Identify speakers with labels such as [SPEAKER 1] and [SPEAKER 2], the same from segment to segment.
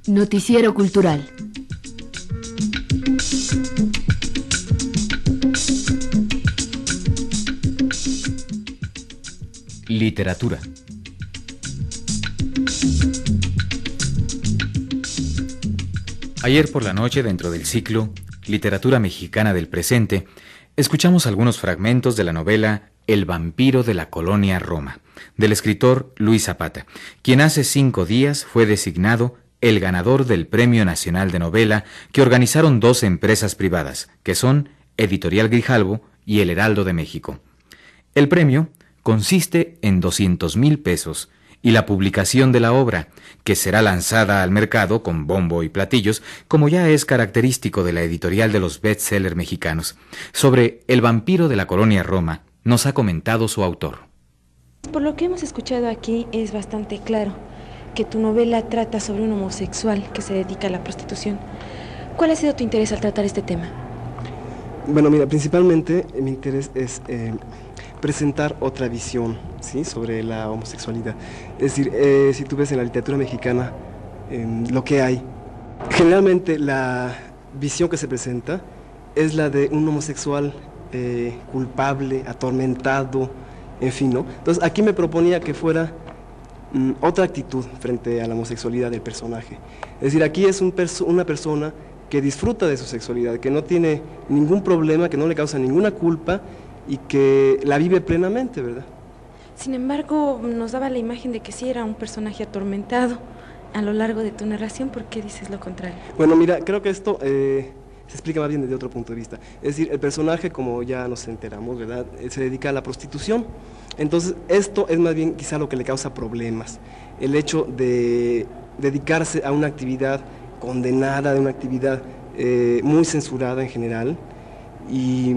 [SPEAKER 1] Noticiero Cultural.
[SPEAKER 2] Literatura. Ayer por la noche, dentro del ciclo Literatura Mexicana del Presente, escuchamos algunos fragmentos de la novela El vampiro de la colonia Roma, del escritor Luis Zapata, quien hace 5 días fue designado el ganador del Premio Nacional de Novela que organizaron 2 empresas privadas, que son Editorial Grijalbo y El Heraldo de México. El premio consiste en 200,000 pesos y la publicación de la obra, que será lanzada al mercado con bombo y platillos, como ya es característico de la editorial de los bestsellers mexicanos. Sobre El vampiro de la colonia Roma, nos ha comentado su autor.
[SPEAKER 3] Por lo que hemos escuchado aquí, es bastante claro que tu novela trata sobre un homosexual que se dedica a la prostitución. ¿Cuál ha sido tu interés al tratar este tema?
[SPEAKER 4] Bueno, mira, principalmente mi interés es presentar otra visión, ¿sí?, sobre la homosexualidad. Es decir, si tú ves en la literatura mexicana lo que hay, generalmente la visión que se presenta es la de un homosexual culpable, atormentado, en fin, ¿no? Entonces aquí me proponía que fuera otra actitud frente a la homosexualidad del personaje. Es decir, aquí es una persona que disfruta de su sexualidad, que no tiene ningún problema, que no le causa ninguna culpa y que la vive plenamente, ¿verdad?
[SPEAKER 3] Sin embargo, nos daba la imagen de que sí era un personaje atormentado a lo largo de tu narración. ¿Por qué dices lo contrario?
[SPEAKER 4] Bueno, mira, creo que esto se explica más bien desde otro punto de vista. Es decir, el personaje, como ya nos enteramos, ¿verdad?, se dedica a la prostitución. Entonces, esto es más bien quizá lo que le causa problemas. El hecho de dedicarse a una actividad condenada, de una actividad muy censurada en general. Y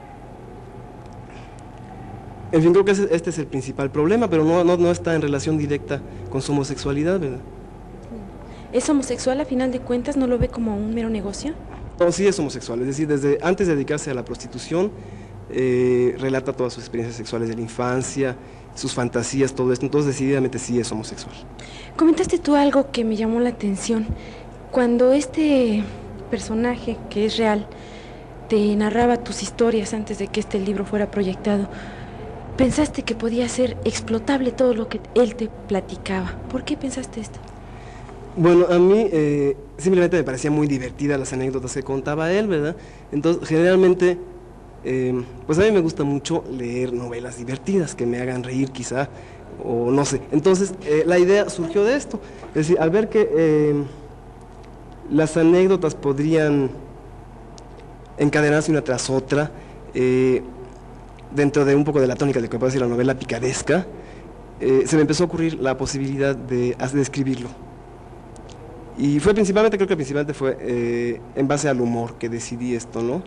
[SPEAKER 4] en fin, creo que este es el principal problema, pero no está en relación directa con su homosexualidad, ¿verdad?
[SPEAKER 3] ¿Es homosexual a final de cuentas? ¿No lo ve como un mero negocio?
[SPEAKER 4] No, sí es homosexual, es decir, desde antes de dedicarse a la prostitución, relata todas sus experiencias sexuales de la infancia, sus fantasías, todo esto, entonces decididamente sí es homosexual.
[SPEAKER 3] Comentaste tú algo que me llamó la atención. Cuando este personaje, que es real, te narraba tus historias antes de que este libro fuera proyectado, pensaste que podía ser explotable todo lo que él te platicaba. ¿Por qué pensaste esto?
[SPEAKER 4] Bueno, a mí simplemente me parecía muy divertida las anécdotas que contaba él, ¿verdad? Entonces, generalmente, pues a mí me gusta mucho leer novelas divertidas, que me hagan reír quizá, o no sé. Entonces, la idea surgió de esto. Es decir, al ver que las anécdotas podrían encadenarse una tras otra, dentro de un poco de la tónica de lo que puede decir la novela picaresca, se me empezó a ocurrir la posibilidad de escribirlo. Y fue creo que principalmente fue en base al humor que decidí esto, ¿no?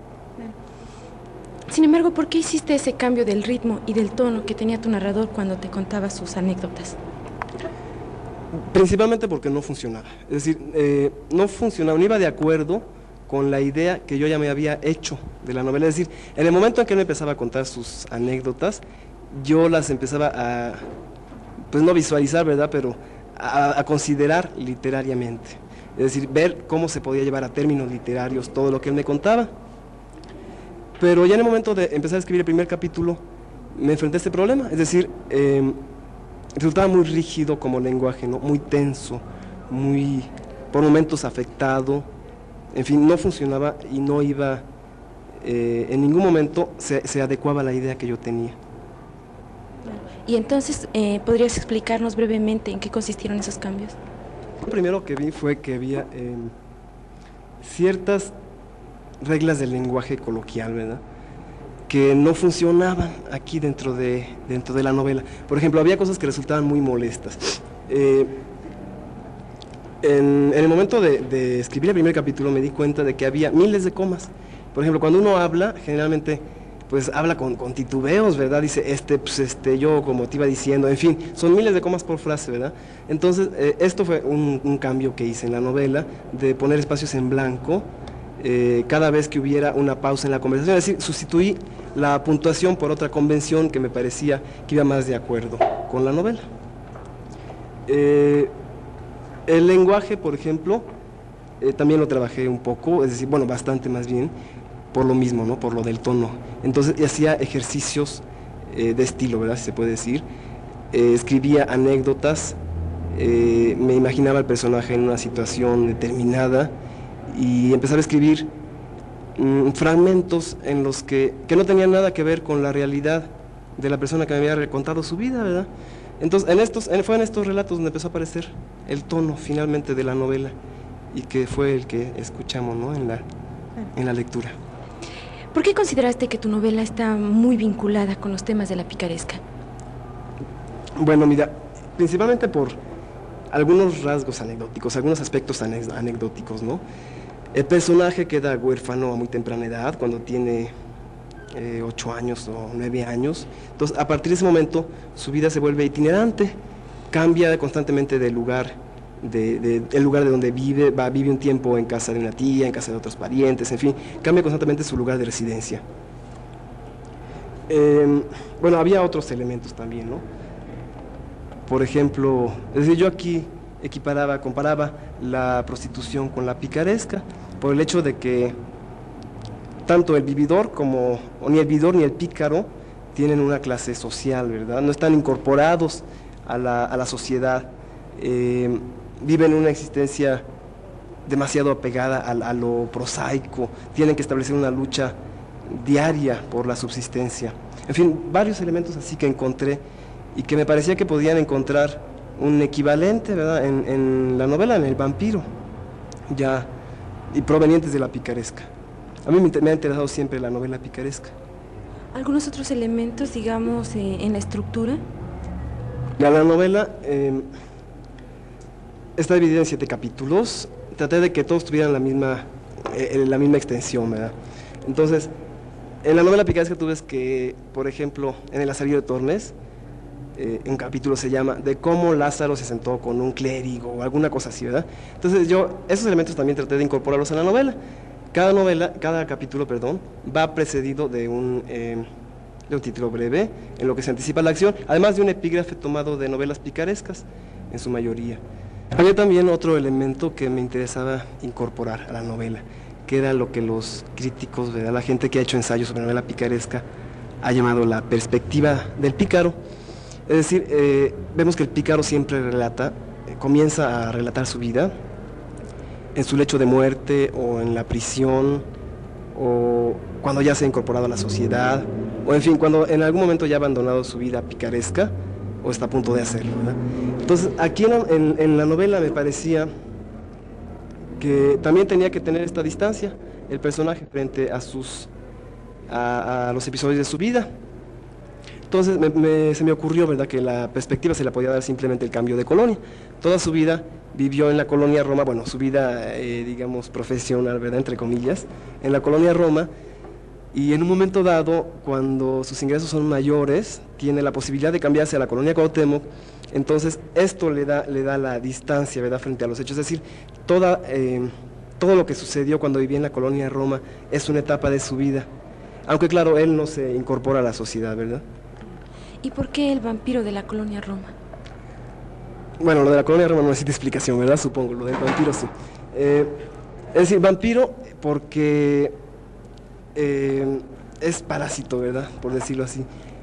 [SPEAKER 3] Sin embargo, ¿por qué hiciste ese cambio del ritmo y del tono que tenía tu narrador cuando te contaba sus anécdotas?
[SPEAKER 4] Principalmente porque no funcionaba. Es decir, no funcionaba, no iba de acuerdo con la idea que yo ya me había hecho de la novela. Es decir, en el momento en que él me empezaba a contar sus anécdotas, yo las empezaba a, pues no visualizar, ¿verdad?, pero a considerar literariamente. Es decir, ver cómo se podía llevar a términos literarios todo lo que él me contaba. Pero ya en el momento de empezar a escribir el primer capítulo, me enfrenté a este problema. Es decir, resultaba muy rígido como lenguaje, ¿no?, muy tenso, muy, por momentos, afectado. En fin, no funcionaba y no iba, en ningún momento se adecuaba a la idea que yo tenía.
[SPEAKER 3] Y entonces, ¿podrías explicarnos brevemente en qué consistieron esos cambios?
[SPEAKER 4] Lo primero que vi fue que había ciertas reglas del lenguaje coloquial, ¿verdad?, que no funcionaban aquí dentro de la novela. Por ejemplo, había cosas que resultaban muy molestas. En el momento de escribir el primer capítulo me di cuenta de que había miles de comas. Por ejemplo, cuando uno habla, generalmente pues habla con titubeos, ¿verdad? Dice, yo, como te iba diciendo, en fin, son miles de comas por frase, ¿verdad? Entonces, esto fue un cambio que hice en la novela, de poner espacios en blanco cada vez que hubiera una pausa en la conversación. Es decir, sustituí la puntuación por otra convención que me parecía que iba más de acuerdo con la novela. El lenguaje, por ejemplo, también lo trabajé un poco, es decir, bueno, bastante más bien, por lo mismo, ¿no? Por lo del tono. Entonces hacía ejercicios de estilo, ¿verdad? Si se puede decir. Escribía anécdotas, me imaginaba el personaje en una situación determinada y empezaba a escribir fragmentos en los que no tenían nada que ver con la realidad de la persona que me había contado su vida, ¿verdad? Entonces, fue en estos relatos donde empezó a aparecer el tono finalmente de la novela y que fue el que escuchamos, ¿no? en la lectura.
[SPEAKER 3] ¿Por qué consideraste que tu novela está muy vinculada con los temas de la picaresca?
[SPEAKER 4] Bueno, mira, principalmente por algunos rasgos anecdóticos, algunos aspectos anecdóticos, ¿no? El personaje queda huérfano a muy temprana edad, cuando tiene 8 años o 9 años. Entonces, a partir de ese momento, su vida se vuelve itinerante, cambia constantemente de lugar, el lugar de donde vive, vive un tiempo en casa de una tía, en casa de otros parientes, en fin, cambia constantemente su lugar de residencia. Bueno, había otros elementos también, ¿no? Por ejemplo, es decir, yo aquí comparaba la prostitución con la picaresca, por el hecho de que tanto el vividor ni el vividor ni el pícaro tienen una clase social, ¿verdad? No están incorporados a la sociedad, viven una existencia demasiado apegada a lo prosaico, tienen que establecer una lucha diaria por la subsistencia. En fin, varios elementos así que encontré y que me parecía que podían encontrar un equivalente, ¿verdad?, en la novela, en El vampiro, ya, y provenientes de la picaresca. A mí me ha interesado siempre la novela picaresca.
[SPEAKER 3] ¿Algunos otros elementos, digamos, en la estructura?
[SPEAKER 4] La novela está dividida en 7 capítulos. Traté de que todos tuvieran la misma extensión, ¿verdad? Entonces, en la novela picaresca tú ves que, por ejemplo, en El Lazarillo de Tormes, un capítulo se llama de cómo Lázaro se sentó con un clérigo o alguna cosa así, ¿verdad? Entonces esos elementos también traté de incorporarlos en la novela. Cada capítulo, va precedido de un título breve en lo que se anticipa la acción, además de un epígrafe tomado de novelas picarescas, en su mayoría. Había también otro elemento que me interesaba incorporar a la novela, que era lo que los críticos, ¿verdad?, la gente que ha hecho ensayos sobre novela picaresca, ha llamado la perspectiva del pícaro. Es decir, vemos que el pícaro siempre comienza a relatar su vida en su lecho de muerte o en la prisión o cuando ya se ha incorporado a la sociedad o en fin, cuando en algún momento ya ha abandonado su vida picaresca o está a punto de hacerlo, ¿verdad? Entonces, aquí en la novela me parecía que también tenía que tener esta distancia el personaje frente a los episodios de su vida. Entonces se me ocurrió, ¿verdad?, que la perspectiva se la podía dar simplemente el cambio de colonia. Toda su vida vivió en la colonia Roma, bueno, su vida, digamos, profesional, ¿verdad?, entre comillas, en la colonia Roma, y en un momento dado, cuando sus ingresos son mayores, tiene la posibilidad de cambiarse a la colonia Cuauhtémoc. Entonces esto le da la distancia, ¿verdad?, frente a los hechos. Es decir, todo lo que sucedió cuando vivía en la colonia Roma es una etapa de su vida, aunque claro, él no se incorpora a la sociedad, ¿verdad?
[SPEAKER 3] ¿Y por qué el vampiro de la colonia Roma?
[SPEAKER 4] Bueno, lo de la colonia Roma no necesita explicación, ¿verdad? Supongo, lo del vampiro sí. Es decir, vampiro porque es parásito, ¿verdad?, por decirlo así.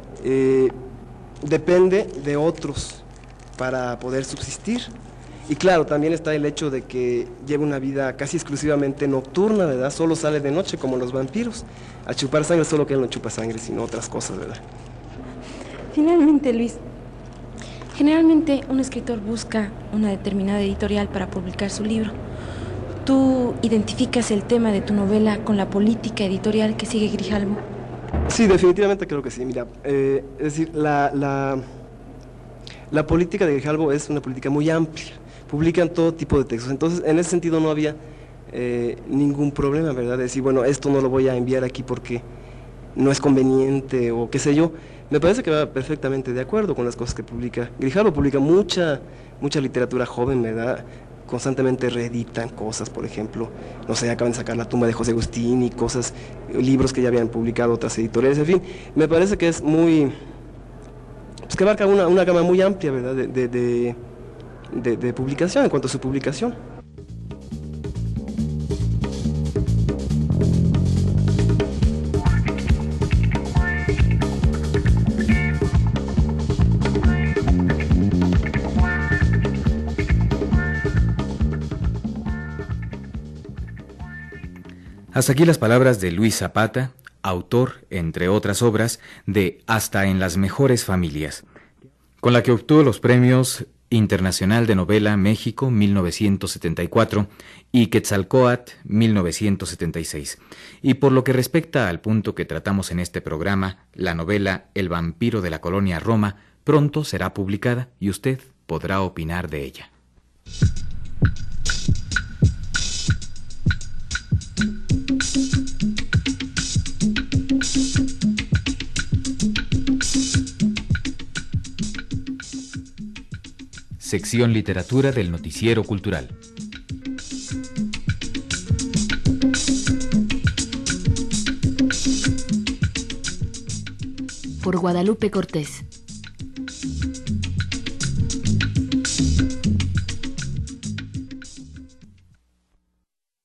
[SPEAKER 4] Depende de otros para poder subsistir. Y claro, también está el hecho de que lleva una vida casi exclusivamente nocturna, ¿verdad? Solo sale de noche como los vampiros, a chupar sangre, solo que él no chupa sangre, sino otras cosas, ¿verdad?
[SPEAKER 3] Finalmente, Luis, generalmente un escritor busca una determinada editorial para publicar su libro. ¿Tú identificas el tema de tu novela con la política editorial que sigue Grijalbo?
[SPEAKER 4] Sí, definitivamente creo que sí. Mira, es decir, la política de Grijalbo es una política muy amplia. Publican todo tipo de textos. Entonces, en ese sentido no había ningún problema, ¿verdad? De decir, bueno, esto no lo voy a enviar aquí porque no es conveniente o qué sé yo. Me parece que va perfectamente de acuerdo con las cosas que publica. Grijalbo publica mucha literatura joven, ¿verdad? Constantemente reeditan cosas, por ejemplo, no sé, acaban de sacar La tumba de José Agustín y cosas, libros que ya habían publicado otras editoriales, en fin, me parece que es muy, pues que abarca una gama muy amplia, ¿verdad?, de de publicación, en cuanto a su publicación.
[SPEAKER 2] Hasta aquí las palabras de Luis Zapata, autor, entre otras obras, de Hasta en las mejores familias, con la que obtuvo los premios Internacional de Novela México 1974 y Quetzalcóatl 1976. Y por lo que respecta al punto que tratamos en este programa, la novela El vampiro de la colonia Roma pronto será publicada y usted podrá opinar de ella. Sección Literatura del Noticiero Cultural.
[SPEAKER 1] Por Guadalupe Cortés.